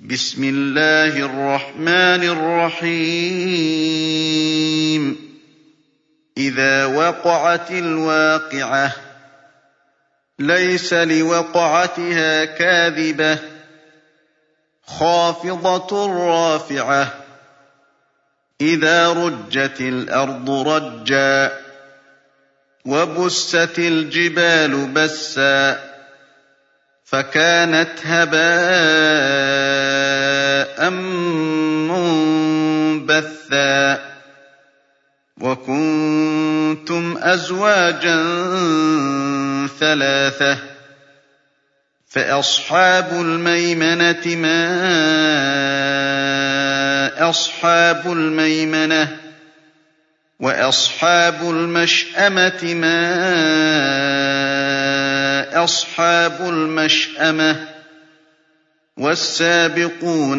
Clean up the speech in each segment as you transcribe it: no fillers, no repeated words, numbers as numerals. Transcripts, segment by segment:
بسم الله الرحمن الرحيم إذا وقعت الواقعة ليس لوقعتها كاذبة خافضة رافعة إذا رجت الأرض رجا وبست الجبال بسا فكانت هباء منبثا وكنتم أزواجا ثلاثة فأصحاب الميمنة ما أصحاب الميمنة وأصحاب المشأمة ما أصحاب المشأمة والسابقون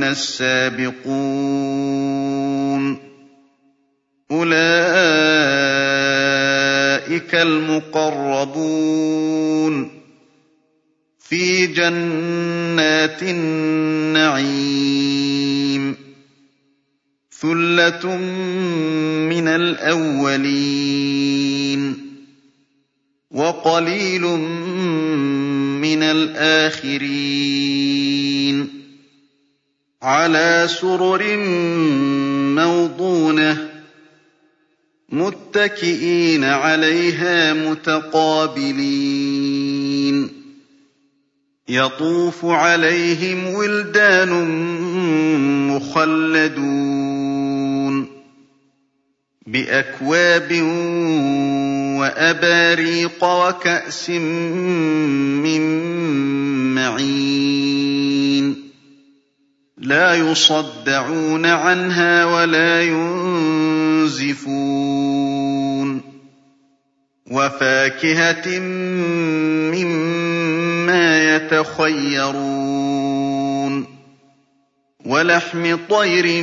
السابقون أولئك المقربون في جنات النعيم ثلة من الأولين وقليل من الآخرين على سرر موضونة متكئين عليها متقابلين يطوف عليهم ولدان مخلدون بأكواب وأباريق وكأس من معين لا يصدعون عنها ولا ينزفون وفاكهة مما يتخيرون ولحم طير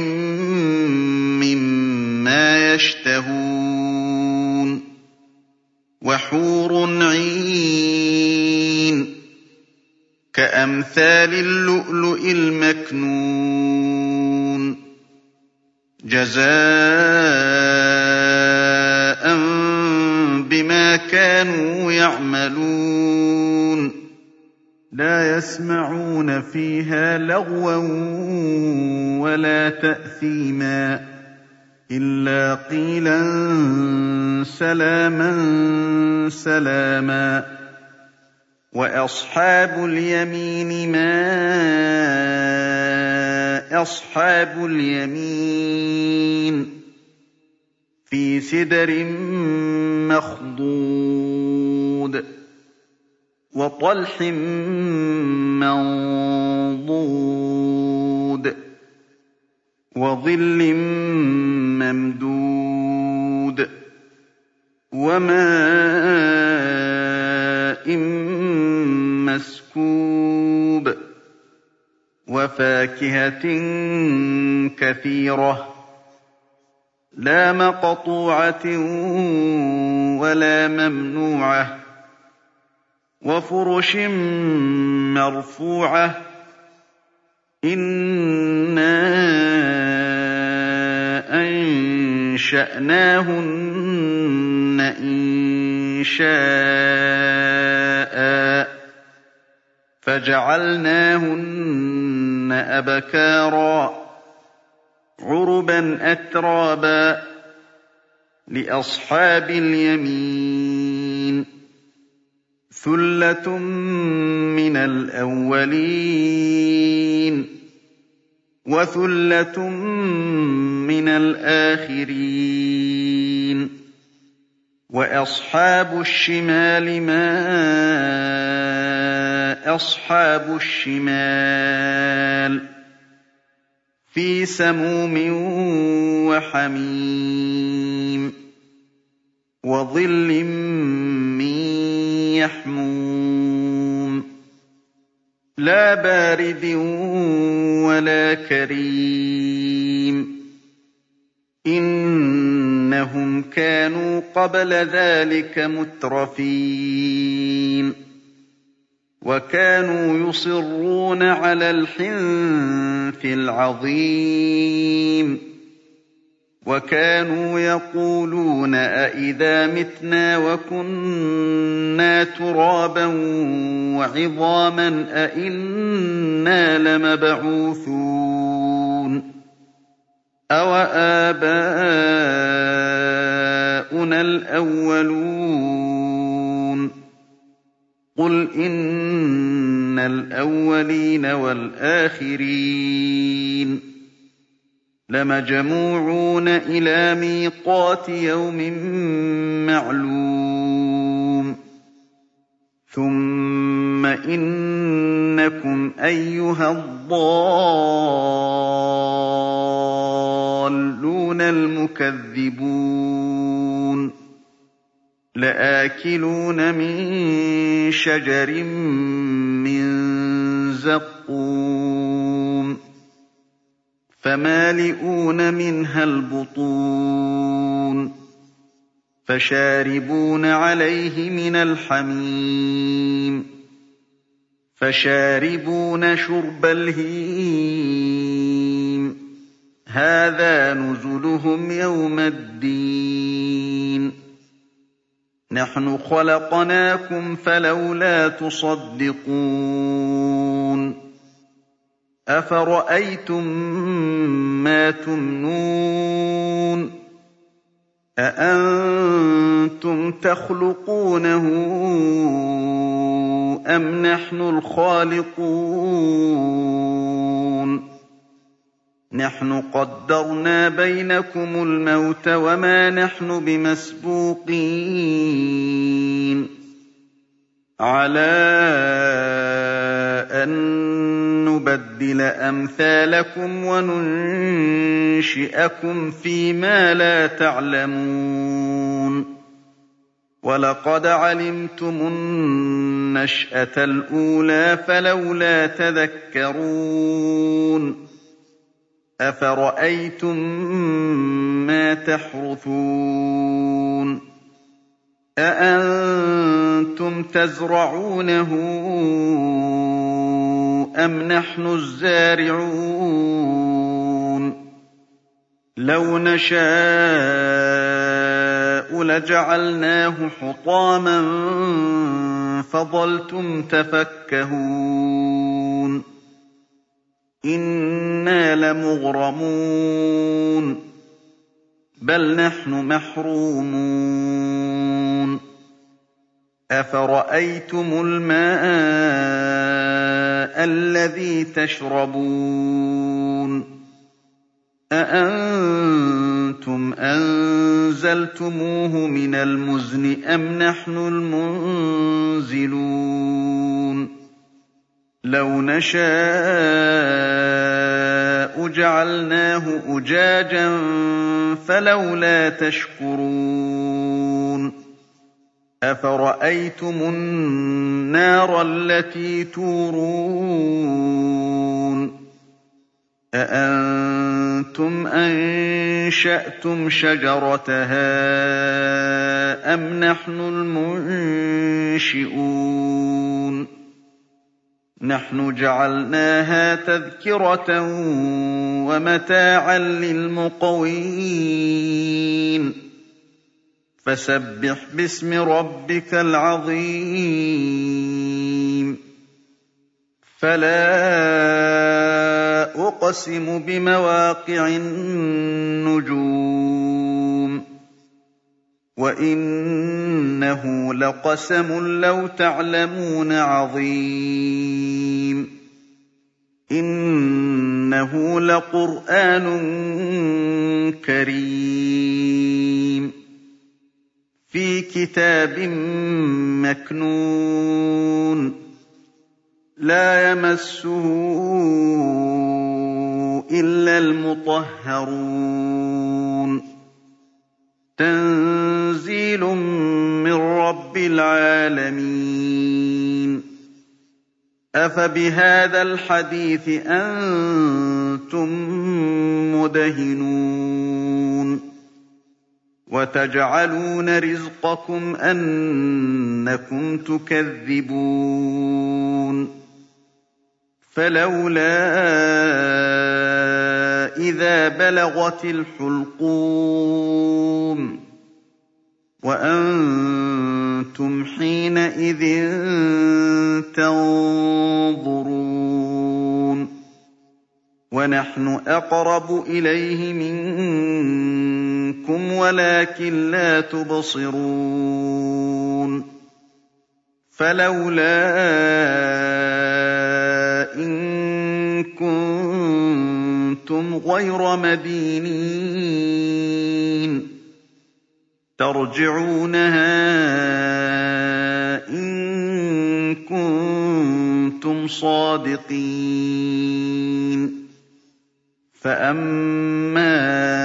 مما يشتهون وحور عين كأمثال اللؤلؤ المكنون جزاء بما كانوا يعملون لا يسمعون فيها لغوا ولا تأثيما إلا قيلا سلاما سلاما وأصحاب اليمين ما أصحاب اليمين في سدر مخضود وطلح منضود وظل ممدود وماء مسكوب وفاكهة كثيرة لا مقطوعة ولا ممنوعة وفرش مرفوعة إنا أنشأناهن إنشاء فجعلناهن أبكارا عربا أترابا لأصحاب اليمين ثلة من الأولين وثلة من الآخرين وأصحاب الشمال ما أصحاب الشمال في سموم وحميم وظل من يحموم لا بارد ولا كريم إنهم كانوا قبل ذلك مترفين وكانوا يصرون على الحنث الْعَظِيمِ وَكَانُوا يَقُولُونَ أَإِذَا مِتْنَا وَكُنَّا تُرَابًا وَعِظَامًا أَإِنَّا لَمَبْعُوثُونَ أَوَآبَاؤُنَا الْأَوَّلُونَ قُلْ إِنَّ الْأَوَّلِينَ وَالْآخِرِينَ لَمَجْمُوعُونَ إِلَىٰ مِيقَاتِ يَوْمٍ مَّعْلُومٍ ثُمَّ إِنَّكُمْ أَيُّهَا الضَّالُّونَ الْمُكَذِّبُونَ لَآكِلُونَ مِن شَجَرٍ مِّن زَقُّومٍ فَمَالِئُونَ مِنْهَا الْبُطُونَ فَشَارِبُونَ عَلَيْهِ مِنَ الْحَمِيمِ فَشَارِبُونَ شُرْبَ الْهِيمِ هَٰذَا نُزُلُهُمْ يَوْمَ الدِّينِ نَحْنُ خَلَقْنَاكُمْ فَلَوْلَا تُصَدِّقُونَ أَفَرَأَيْتُم مَّا تُمْنُونَ أَأَنتُمْ تَخْلُقُونَهُ أَمْ نَحْنُ الْخَالِقُونَ نَحْنُ قَدَّرْنَا بَيْنَكُمُ الْمَوْتَ وَمَا نَحْنُ بِمَسْبُوقِينَ عَلَىٰ أَن نُّبَدِّلَ أَمْثَالَكُمْ وَنُنشِئَكُمْ فِي مَا لَا تعلمون وَلَقَدْ عَلِمْتُمُ النَّشْأَةَ الْأُولَىٰ فَلَوْلَا تَذَكَّرُونَ أَفَرَأَيْتُم مَّا تَحْرُثُونَ أَأَنتُمْ تَزْرَعُونَهُ أَمْ نَحْنُ الزَّارِعُونَ لَوْ نَشَاءُ لَجَعَلْنَاهُ حُطَامًا فَظَلْتُمْ تَفَكَّهُونَ إِنَّا لَمُغْرَمُونَ بَلْ نَحْنُ مَحْرُومُونَ أَفَرَأَيْتُمُ الْمَاءَ الَّذِي تَشْرَبُونَ أَأَنتُمْ أَنزَلْتُمُوهُ مِنَ الْمُزْنِ أَمْ نَحْنُ الْمُنزِلُونَ لَوْ نَشَاءُ جَعَلْنَاهُ أُجَاجًا فَلَوْلَا تَشْكُرُونَ أَفَرَأَيْتُمُ النَّارَ الَّتِي تُورُونَ أَأَنتُمْ أَنشَأْتُمْ شَجَرَتَهَا أَمْ نَحْنُ الْمُنشِئُونَ نَحْنُ جَعَلْنَاهَا تَذْكِرَةً وَمَتَاعًا لِّلْمُقْوِينَ فَسَبِّحْ بِاسْمِ رَبِّكَ الْعَظِيمِ فَلَا أُقْسِمُ بِمَوَاقِعِ النُّجُومِ وَإِنَّهُ لَقَسَمٌ لَّوْ تَعْلَمُونَ عَظِيمٌ إِنَّهُ لَقُرْآنٌ كَرِيمٌ فِي كِتَابٍ مَّكْنُونٍ لَّا يَمَسُّهُ إِلَّا الْمُطَهَّرُونَ تَنزِيلٌ مِّن رَّبِّ الْعَالَمِينَ أَفَبِهَٰذَا الْحَدِيثِ أَنتُم مُّدْهِنُونَ وَتَجْعَلُونَ رِزْقَكُمْ أَنَّكُمْ تُكَذِّبُونَ فَلَوْلَا فَإِذَا بَلَغَتِ الْحُلْقُومَ وَأَنتُمْ حِينَئِذٍ تَنظُرُونَ وَنَحْنُ أَقْرَبُ إِلَيْهِ مِنكُمْ وَلَٰكِن لَّا تُبْصِرُونَ فَلَوْلَا إِن كُنتُمْ غَيْرَ مَدِينِينَ تَرْجِعُونَهَا إِن كُنتُمْ صَادِقِينَ فَأَمَّا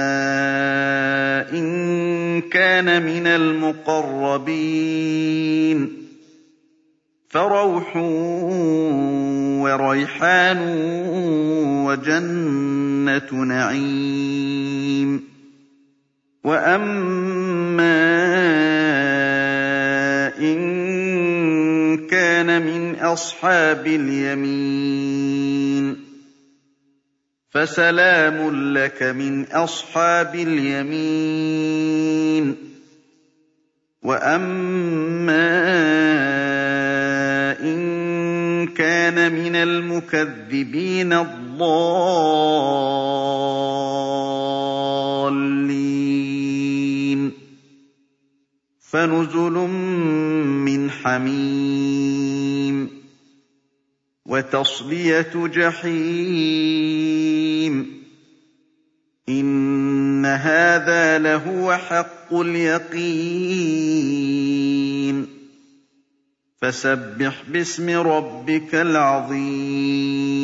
إِن كَانَ مِنَ الْمُقَرَّبِينَ فَرَوْحٌ وَرَيْحَانٌ وَجَنَّةُ نَعِيمٍ وَأَمَّا إِن كَانَ مِنْ أَصْحَابِ الْيَمِينِ فَسَلَامٌ لَّكَ مِنْ أَصْحَابِ الْيَمِينِ وَأَمَّا إِن كَانَ مِنَ الْمُكَذِّبِينَ الضَّالِّينَ فَنُزُلٌ مِّنْ حَمِيمٍ وَتَصْلِيَةُ جَحِيمٍ إِنَّ هَٰذَا لَهُوَ حَقُّ الْيَقِينِ فَسَبِّحْ بِاسْمِ رَبِّكَ الْعَظِيمِ